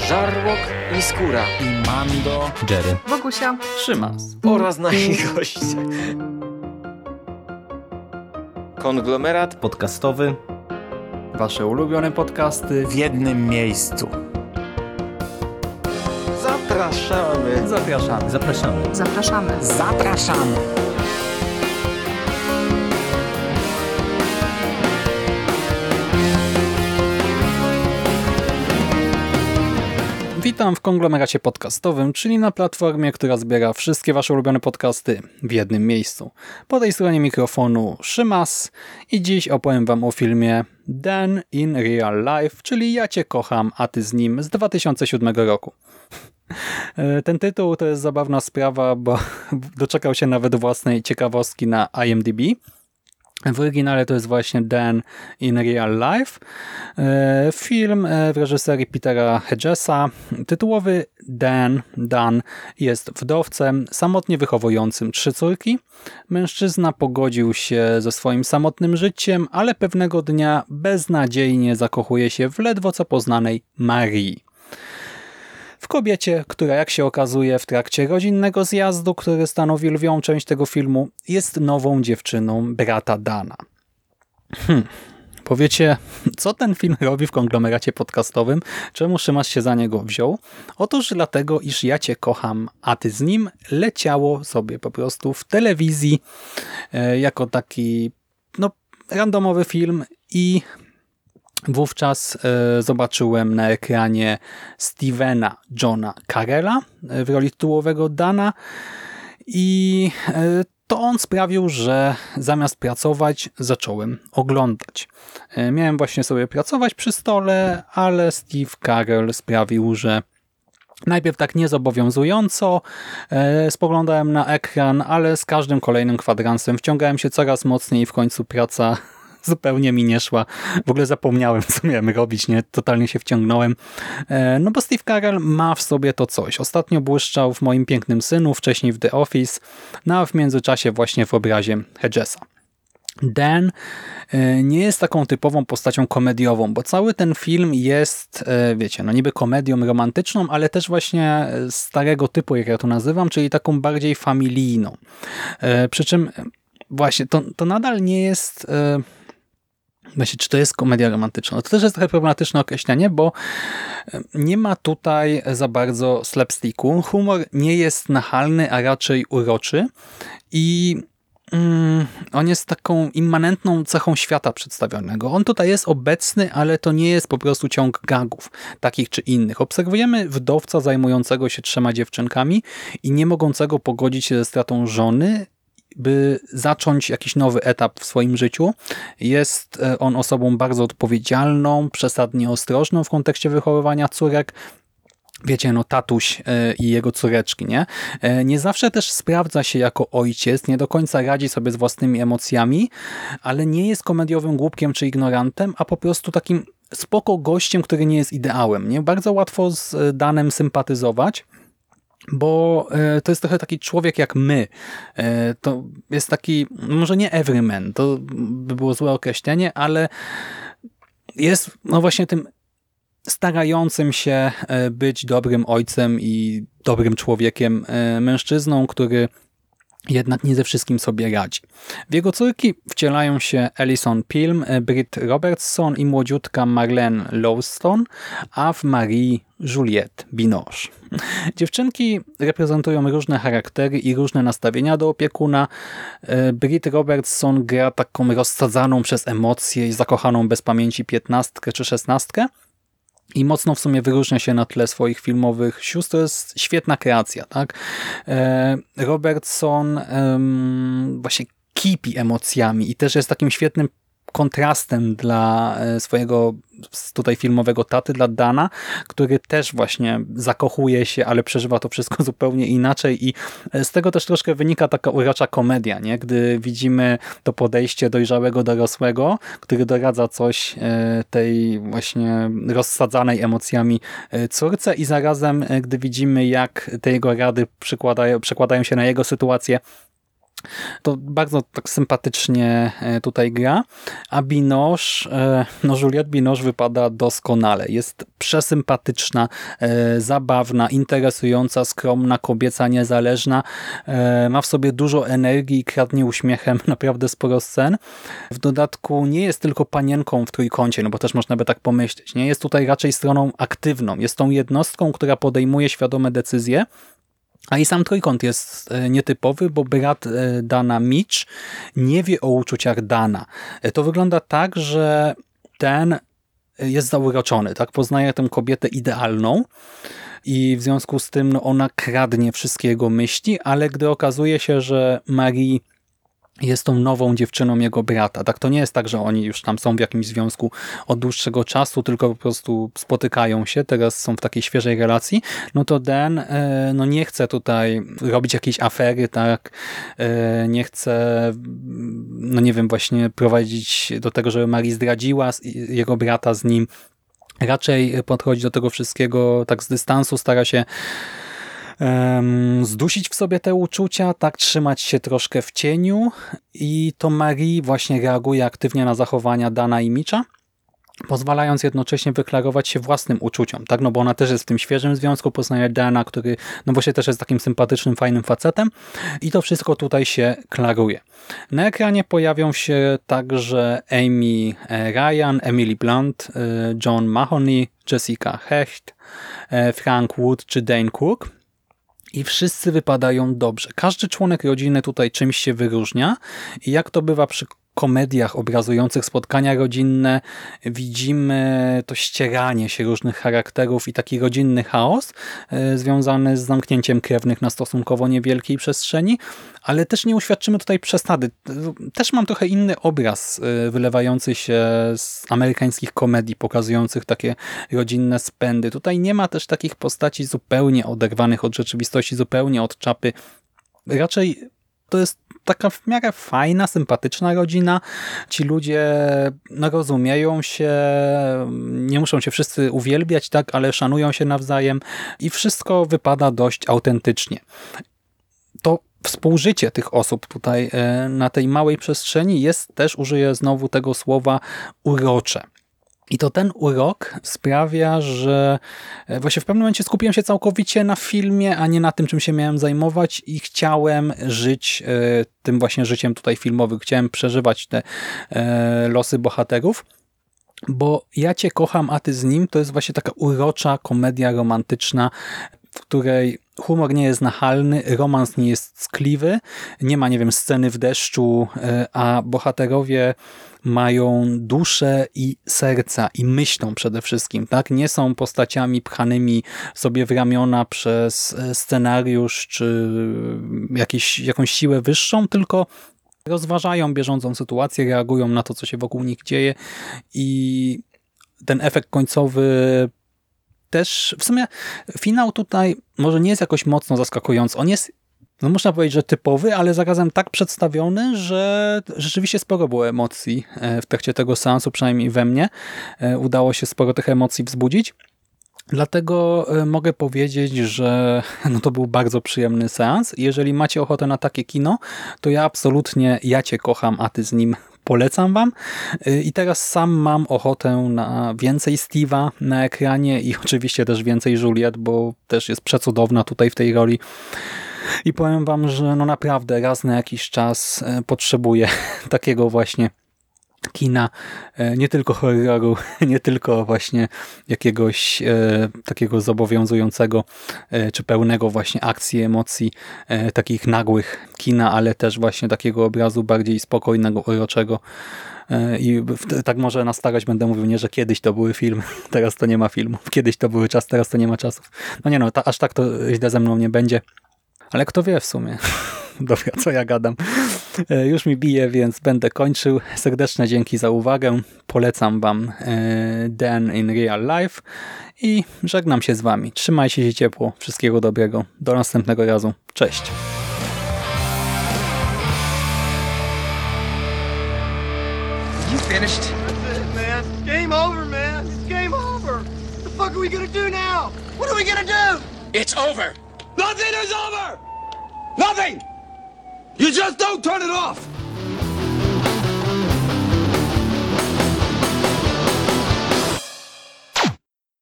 Żarłok i Skóra i Mando, Jerry, Wokusia, Szymas oraz nasi goście. Konglomerat podcastowy. wasze ulubione podcasty w jednym miejscu. Zapraszamy. Zapraszamy. Zapraszamy. zapraszamy. Zapraszamy! Witam w konglomeracie podcastowym, czyli na platformie, która zbiera wszystkie wasze ulubione podcasty w jednym miejscu. Po tej stronie mikrofonu Szymas i dziś opowiem wam o filmie Dan in Real Life, czyli Ja Cię kocham, a Ty z nim z 2007 roku. Ten tytuł to jest zabawna sprawa, bo doczekał się nawet własnej ciekawostki na IMDb. W oryginale to jest właśnie Dan in Real Life. Film w reżyserii Petera Hedgesa. Tytułowy Dan jest wdowcem, samotnie wychowującym 3 córki. Mężczyzna pogodził się ze swoim samotnym życiem, ale pewnego dnia beznadziejnie zakochuje się w ledwo co poznanej Marii. W kobiecie, która jak się okazuje w trakcie rodzinnego zjazdu, który stanowi lwią część tego filmu, jest nową dziewczyną brata Dana. Powiecie, co ten film robi w konglomeracie podcastowym? Czemu Szymas się za niego wziął? Otóż dlatego, iż Ja Cię kocham, a Ty z nim leciało sobie po prostu w telewizji jako taki randomowy film i wówczas zobaczyłem na ekranie Stevena Johna Carella w roli tytułowego Dana i to on sprawił, że zamiast pracować zacząłem oglądać. Miałem właśnie sobie pracować przy stole, ale Steve Carell sprawił, że najpierw tak niezobowiązująco spoglądałem na ekran, ale z każdym kolejnym kwadransem wciągałem się coraz mocniej i w końcu praca zupełnie mi nie szła. W ogóle zapomniałem, co miałem robić, nie? Totalnie się wciągnąłem. No bo Steve Carell ma w sobie to coś. Ostatnio błyszczał w Moim pięknym synu, wcześniej w The Office, no a w międzyczasie właśnie w obrazie Hedgesa. Dan nie jest taką typową postacią komediową, bo cały ten film jest, wiecie, no niby komedią romantyczną, ale też właśnie starego typu, jak ja to nazywam, czyli taką bardziej familijną. Przy czym właśnie to nadal nie jest... Właśnie, czy to jest komedia romantyczna? No to też jest trochę problematyczne określenie, bo nie ma tutaj za bardzo slapsticku. Humor nie jest nachalny, a raczej uroczy i on jest taką immanentną cechą świata przedstawionego. On tutaj jest obecny, ale to nie jest po prostu ciąg gagów, takich czy innych. Obserwujemy wdowca zajmującego się 3 dziewczynkami i nie mogącego pogodzić się ze stratą żony, by zacząć jakiś nowy etap w swoim życiu. Jest on osobą bardzo odpowiedzialną, przesadnie ostrożną w kontekście wychowywania córek. Wiecie, no tatuś i jego córeczki, nie? Nie zawsze też sprawdza się jako ojciec, nie do końca radzi sobie z własnymi emocjami, ale nie jest komediowym głupkiem czy ignorantem, a po prostu takim spoko gościem, który nie jest ideałem, nie? Bardzo łatwo z Danem sympatyzować, bo to jest trochę taki człowiek jak my. To jest taki, może nie everyman, to by było złe określenie, ale jest no właśnie tym starającym się być dobrym ojcem i dobrym człowiekiem, mężczyzną, który jednak nie ze wszystkim sobie radzi. W jego córki wcielają się Alison Pilm, Britt Robertson i młodziutka Marlene Lowstone, a w Marii Juliette Binoche. Dziewczynki reprezentują różne charaktery i różne nastawienia do opiekuna. Britt Robertson gra taką rozsadzaną przez emocje i zakochaną bez pamięci 15 czy 16 i mocno w sumie wyróżnia się na tle swoich filmowych sióstr. To jest świetna kreacja, tak? Robertson właśnie kipi emocjami i też jest takim świetnym kontrastem dla swojego tutaj filmowego taty, dla Dana, który też właśnie zakochuje się, ale przeżywa to wszystko zupełnie inaczej i z tego też troszkę wynika taka urocza komedia, nie? Gdy widzimy to podejście dojrzałego dorosłego, który doradza coś tej właśnie rozsadzanej emocjami córce i zarazem, gdy widzimy jak te jego rady przekładają się na jego sytuację, To bardzo tak sympatycznie tutaj gra. A Binoche, no Juliette Binoche wypada doskonale. Jest przesympatyczna, zabawna, interesująca, skromna, kobieca, niezależna. Ma w sobie dużo energii i kradnie uśmiechem naprawdę sporo scen. W dodatku nie jest tylko panienką w trójkącie, no bo też można by tak pomyśleć. Nie jest tutaj raczej stroną aktywną. Jest tą jednostką, która podejmuje świadome decyzje. A i sam trójkąt jest nietypowy, bo brat Dana Mitch nie wie o uczuciach Dana. To wygląda tak, że ten jest zauroczony, tak? Poznaje tę kobietę idealną i w związku z tym no, ona kradnie wszystkie jego myśli, ale gdy okazuje się, że Marie jest tą nową dziewczyną jego brata. Tak, to nie jest tak, że oni już tam są w jakimś związku od dłuższego czasu, tylko po prostu spotykają się, teraz są w takiej świeżej relacji, no to Dan no nie chce tutaj robić jakiejś afery, tak, nie chce, no nie wiem, właśnie prowadzić do tego, żeby Marie zdradziła jego brata z nim. Raczej podchodzi do tego wszystkiego tak z dystansu, stara się zdusić w sobie te uczucia, tak trzymać się troszkę w cieniu i to Marie właśnie reaguje aktywnie na zachowania Dana i Mitcha, pozwalając jednocześnie wyklarować się własnym uczuciom, tak? No bo ona też jest w tym świeżym związku, poznaje Dana, który no właśnie też jest takim sympatycznym, fajnym facetem i to wszystko tutaj się klaruje. Na ekranie pojawią się także Amy Ryan, Emily Blunt, John Mahoney, Jessica Hecht, Frank Wood czy Dane Cook. I wszyscy wypadają dobrze. Każdy członek rodziny tutaj czymś się wyróżnia i jak to bywa przy komediach obrazujących spotkania rodzinne, widzimy to ścieranie się różnych charakterów i taki rodzinny chaos związany z zamknięciem krewnych na stosunkowo niewielkiej przestrzeni, ale też nie uświadczymy tutaj przesady. Też mam trochę inny obraz wylewający się z amerykańskich komedii, pokazujących takie rodzinne spędy. Tutaj nie ma też takich postaci zupełnie oderwanych od rzeczywistości, zupełnie od czapy. Raczej to jest taka w miarę fajna, sympatyczna rodzina. Ci ludzie no, rozumieją się, nie muszą się wszyscy uwielbiać, tak, ale szanują się nawzajem i wszystko wypada dość autentycznie. To współżycie tych osób tutaj na tej małej przestrzeni jest też, użyję znowu tego słowa, urocze. I to ten urok sprawia, że właśnie w pewnym momencie skupiłem się całkowicie na filmie, a nie na tym, czym się miałem zajmować i chciałem żyć tym właśnie życiem tutaj filmowym. Chciałem przeżywać te losy bohaterów, bo Ja cię kocham, a ty z nim to jest właśnie taka urocza komedia romantyczna, w której humor nie jest nachalny, romans nie jest ckliwy, nie ma, nie wiem, sceny w deszczu, a bohaterowie mają duszę i serca i myślą przede wszystkim, tak? Nie są postaciami pchanymi sobie w ramiona przez scenariusz czy jakąś siłę wyższą, tylko rozważają bieżącą sytuację, reagują na to, co się wokół nich dzieje i ten efekt końcowy też, w sumie finał tutaj może nie jest jakoś mocno zaskakujący. On jest, no można powiedzieć, że typowy, ale zarazem tak przedstawiony, że rzeczywiście sporo było emocji w trakcie tego seansu, przynajmniej we mnie. Udało się sporo tych emocji wzbudzić. Dlatego mogę powiedzieć, że no to był bardzo przyjemny seans. Jeżeli macie ochotę na takie kino, to ja absolutnie Ja cię kocham, a ty z nim polecam wam. I teraz sam mam ochotę na więcej Steve'a na ekranie i oczywiście też więcej Juliette, bo też jest przecudowna tutaj w tej roli. I powiem wam, że no naprawdę raz na jakiś czas potrzebuję takiego właśnie kina, nie tylko horroru, nie tylko właśnie jakiegoś takiego zobowiązującego czy pełnego właśnie akcji, emocji, takich nagłych kina, ale też właśnie takiego obrazu bardziej spokojnego, uroczego. I tak może na starość będę mówił, nie, że kiedyś to były filmy, teraz to nie ma filmów, kiedyś to były czas, teraz to nie ma czasów. No nie no, aż tak to źle ze mną nie będzie, ale kto wie w sumie. Dobra, co ja gadam. Już mi bije, więc będę kończył. Serdeczne dzięki za uwagę. Polecam wam Dan in Real Life i żegnam się z wami. Trzymajcie się ciepło. Wszystkiego dobrego. Do następnego razu. Cześć. You finished? That's it, man. Game over, man. It's game over. What the fuck are we gonna do now? What are we gonna do? It's over. Nothing is over! Nothing! You just don't turn it off!